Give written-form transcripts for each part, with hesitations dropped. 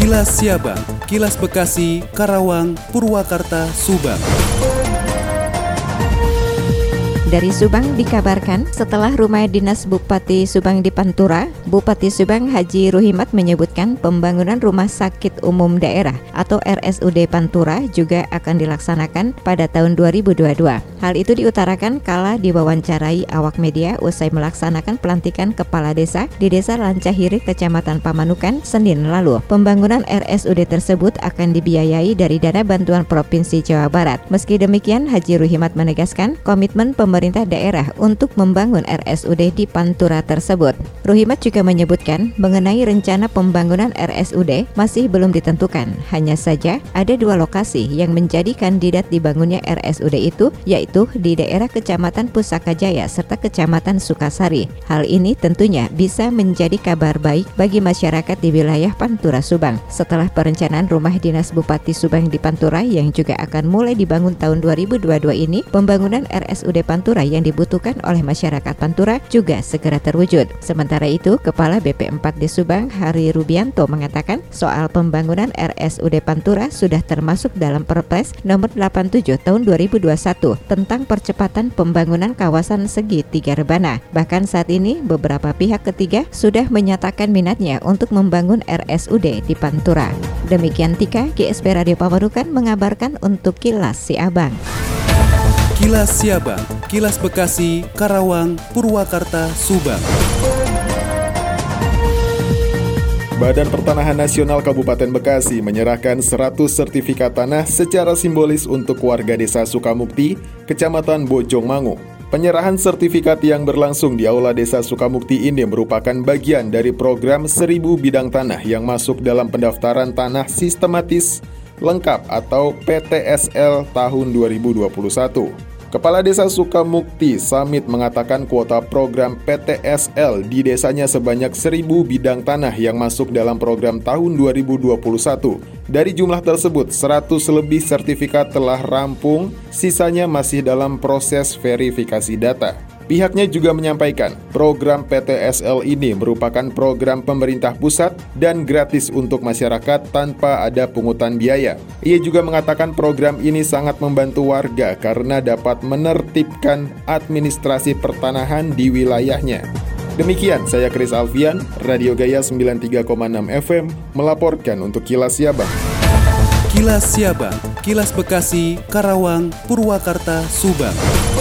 Kilas Siabang, Kilas Bekasi, Karawang, Purwakarta, Subang. Dari Subang dikabarkan setelah rumah dinas Bupati Subang di Pantura, Bupati Subang Haji Ruhimat menyebutkan pembangunan Rumah Sakit Umum Daerah atau RSUD Pantura juga akan dilaksanakan pada tahun 2022. Hal itu diutarakan kala diwawancarai awak media usai melaksanakan pelantikan kepala desa di Desa Lancahiri, Kecamatan Pamanukan, Senin lalu. Pembangunan RSUD tersebut akan dibiayai dari dana bantuan Provinsi Jawa Barat. Meski demikian, Haji Ruhimat menegaskan komitmen pemerintah daerah untuk membangun RSUD di Pantura tersebut. Ruhimat juga menyebutkan mengenai rencana pembangunan RSUD masih belum ditentukan. Hanya saja ada dua lokasi yang menjadi kandidat dibangunnya RSUD itu, yaitu di daerah Kecamatan Pusaka Jaya serta Kecamatan Sukasari. Hal ini tentunya bisa menjadi kabar baik bagi masyarakat di wilayah Pantura Subang. Setelah perencanaan rumah dinas Bupati Subang di Pantura yang juga akan mulai dibangun tahun 2022 ini, pembangunan RSUD Pantura yang dibutuhkan oleh masyarakat Pantura juga segera terwujud. Sementara itu, Kepala BP4 di Subang, Hari Rubianto, mengatakan soal pembangunan RSUD Pantura sudah termasuk dalam Perpres nomor 87 tahun 2021 tentang percepatan pembangunan kawasan segitiga rebana. Bahkan saat ini, beberapa pihak ketiga sudah menyatakan minatnya untuk membangun RSUD di Pantura. Demikian Tika, GSP Radio Pamanukan mengabarkan untuk Kilas Siabang. Kilas Siabang, Kilas Bekasi, Karawang, Purwakarta, Subang. Badan Pertanahan Nasional Kabupaten Bekasi menyerahkan 100 sertifikat tanah secara simbolis untuk warga Desa Sukamukti, Kecamatan Bojongmangu. Penyerahan sertifikat yang berlangsung di Aula Desa Sukamukti ini merupakan bagian dari program 1000 bidang tanah yang masuk dalam pendaftaran tanah sistematis lengkap atau PTSL tahun 2021. Kepala Desa Sukamukti, Samit, mengatakan kuota program PTSL di desanya sebanyak 1000 bidang tanah yang masuk dalam program tahun 2021. Dari jumlah tersebut, 100 lebih sertifikat telah rampung, sisanya masih dalam proses verifikasi data. Pihaknya juga menyampaikan, program PTSL ini merupakan program pemerintah pusat dan gratis untuk masyarakat tanpa ada pungutan biaya. Ia juga mengatakan program ini sangat membantu warga karena dapat menertibkan administrasi pertanahan di wilayahnya. Demikian, saya Chris Alfian, Radio Gaya 93,6 FM, melaporkan untuk Kilas Siabang. Kilas Siabang, Kilas Bekasi, Karawang, Purwakarta, Subang.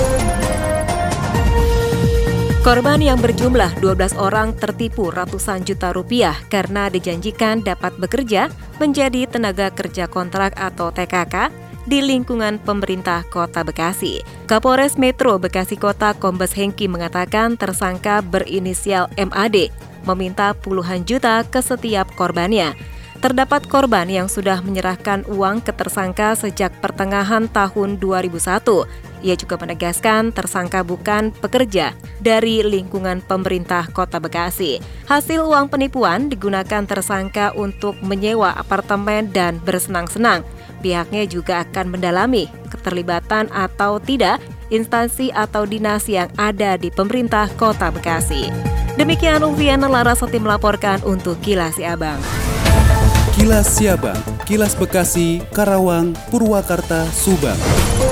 Korban yang berjumlah 12 orang tertipu ratusan juta rupiah karena dijanjikan dapat bekerja menjadi tenaga kerja kontrak atau TKK di lingkungan pemerintah Kota Bekasi. Kapolres Metro Bekasi Kota Kombes Hengki mengatakan tersangka berinisial MAD meminta puluhan juta ke setiap korbannya. Terdapat korban yang sudah menyerahkan uang ke tersangka sejak pertengahan tahun 2001. Ia juga menegaskan tersangka bukan pekerja dari lingkungan pemerintah Kota Bekasi. Hasil uang penipuan digunakan tersangka untuk menyewa apartemen dan bersenang-senang. Pihaknya juga akan mendalami keterlibatan atau tidak instansi atau dinas yang ada di pemerintah Kota Bekasi. Demikian Ulfiana Larasati melaporkan untuk Kilas Siabang. Kilas Siabang, Kilas Bekasi, Karawang, Purwakarta, Subang.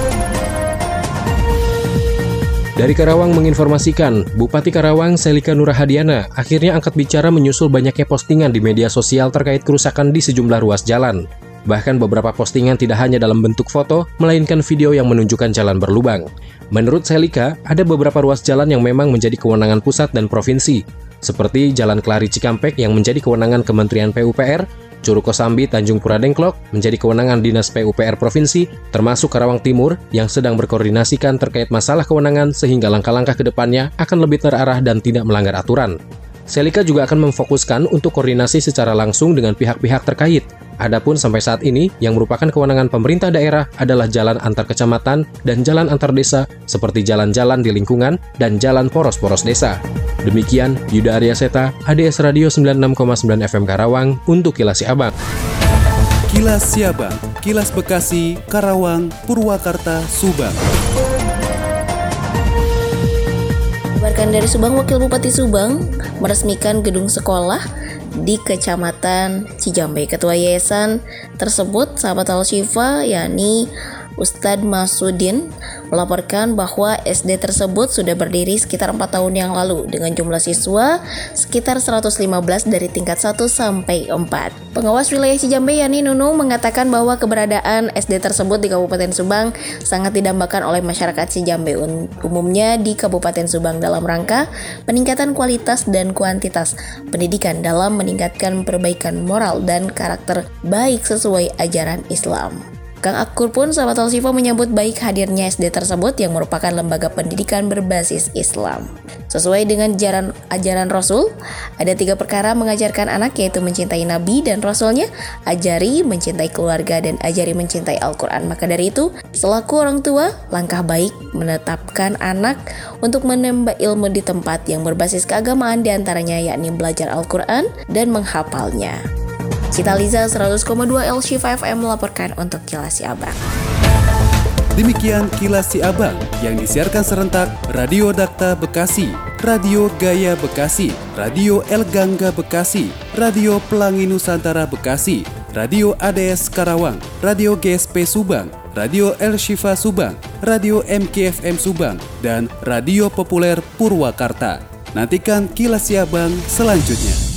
Dari Karawang menginformasikan, Bupati Karawang Selika Nurahadiana akhirnya angkat bicara menyusul banyaknya postingan di media sosial terkait kerusakan di sejumlah ruas jalan. Bahkan beberapa postingan tidak hanya dalam bentuk foto, melainkan video yang menunjukkan jalan berlubang. Menurut Selika, ada beberapa ruas jalan yang memang menjadi kewenangan pusat dan provinsi, seperti Jalan Kelari Cikampek yang menjadi kewenangan Kementerian PUPR, Curug Kosambi Tanjung Pura Dengklok menjadi kewenangan Dinas PUPR Provinsi, termasuk Karawang Timur yang sedang berkoordinasikan terkait masalah kewenangan sehingga langkah-langkah ke depannya akan lebih terarah dan tidak melanggar aturan. Selika juga akan memfokuskan untuk koordinasi secara langsung dengan pihak-pihak terkait. Adapun sampai saat ini, yang merupakan kewenangan pemerintah daerah adalah jalan antar kecamatan dan jalan antar desa, seperti jalan-jalan di lingkungan dan jalan poros-poros desa. Demikian, Yuda Aryaseta, ADS Radio 96,9 FM Karawang, untuk Kilas Siabang. Kilas Siabang, Kilas Bekasi, Karawang, Purwakarta, Subang. Dilaporkan dari Subang, Wakil Bupati Subang meresmikan gedung sekolah di Kecamatan Cijambe. Ketua yayasan tersebut, Sahabat Al-Syifa, yakni Ustadz Masudin, melaporkan bahwa SD tersebut sudah berdiri sekitar 4 tahun yang lalu dengan jumlah siswa sekitar 115 dari tingkat 1 sampai 4. Pengawas wilayah Cijambe yakni Nunung mengatakan bahwa keberadaan SD tersebut di Kabupaten Subang sangat didambakan oleh masyarakat Cijambe umumnya di Kabupaten Subang dalam rangka peningkatan kualitas dan kuantitas pendidikan dalam meningkatkan perbaikan moral dan karakter baik sesuai ajaran Islam. Kang Akur pun, Sahabat Al-Syifa, menyambut baik hadirnya SD tersebut yang merupakan lembaga pendidikan berbasis Islam. Sesuai dengan ajaran Rasul, ada 3 perkara mengajarkan anak, yaitu mencintai Nabi dan Rasulnya, ajari mencintai keluarga, dan ajari mencintai Al-Quran. Maka dari itu, selaku orang tua, langkah baik menetapkan anak untuk menambah ilmu di tempat yang berbasis keagamaan, diantaranya yakni belajar Al-Quran dan menghafalnya. Cita Liza 100,2 Al-Syifa FM melaporkan untuk Kilas Siabang. Demikian Kilas Siabang yang disiarkan serentak Radio Dakta Bekasi, Radio Gaya Bekasi, Radio El Gangga Bekasi, Radio Pelangi Nusantara Bekasi, Radio ADS Karawang, Radio GSP Subang, Radio El Syifa Subang, Radio MKFM Subang, dan Radio Populer Purwakarta. Nantikan Kilas Siabang selanjutnya.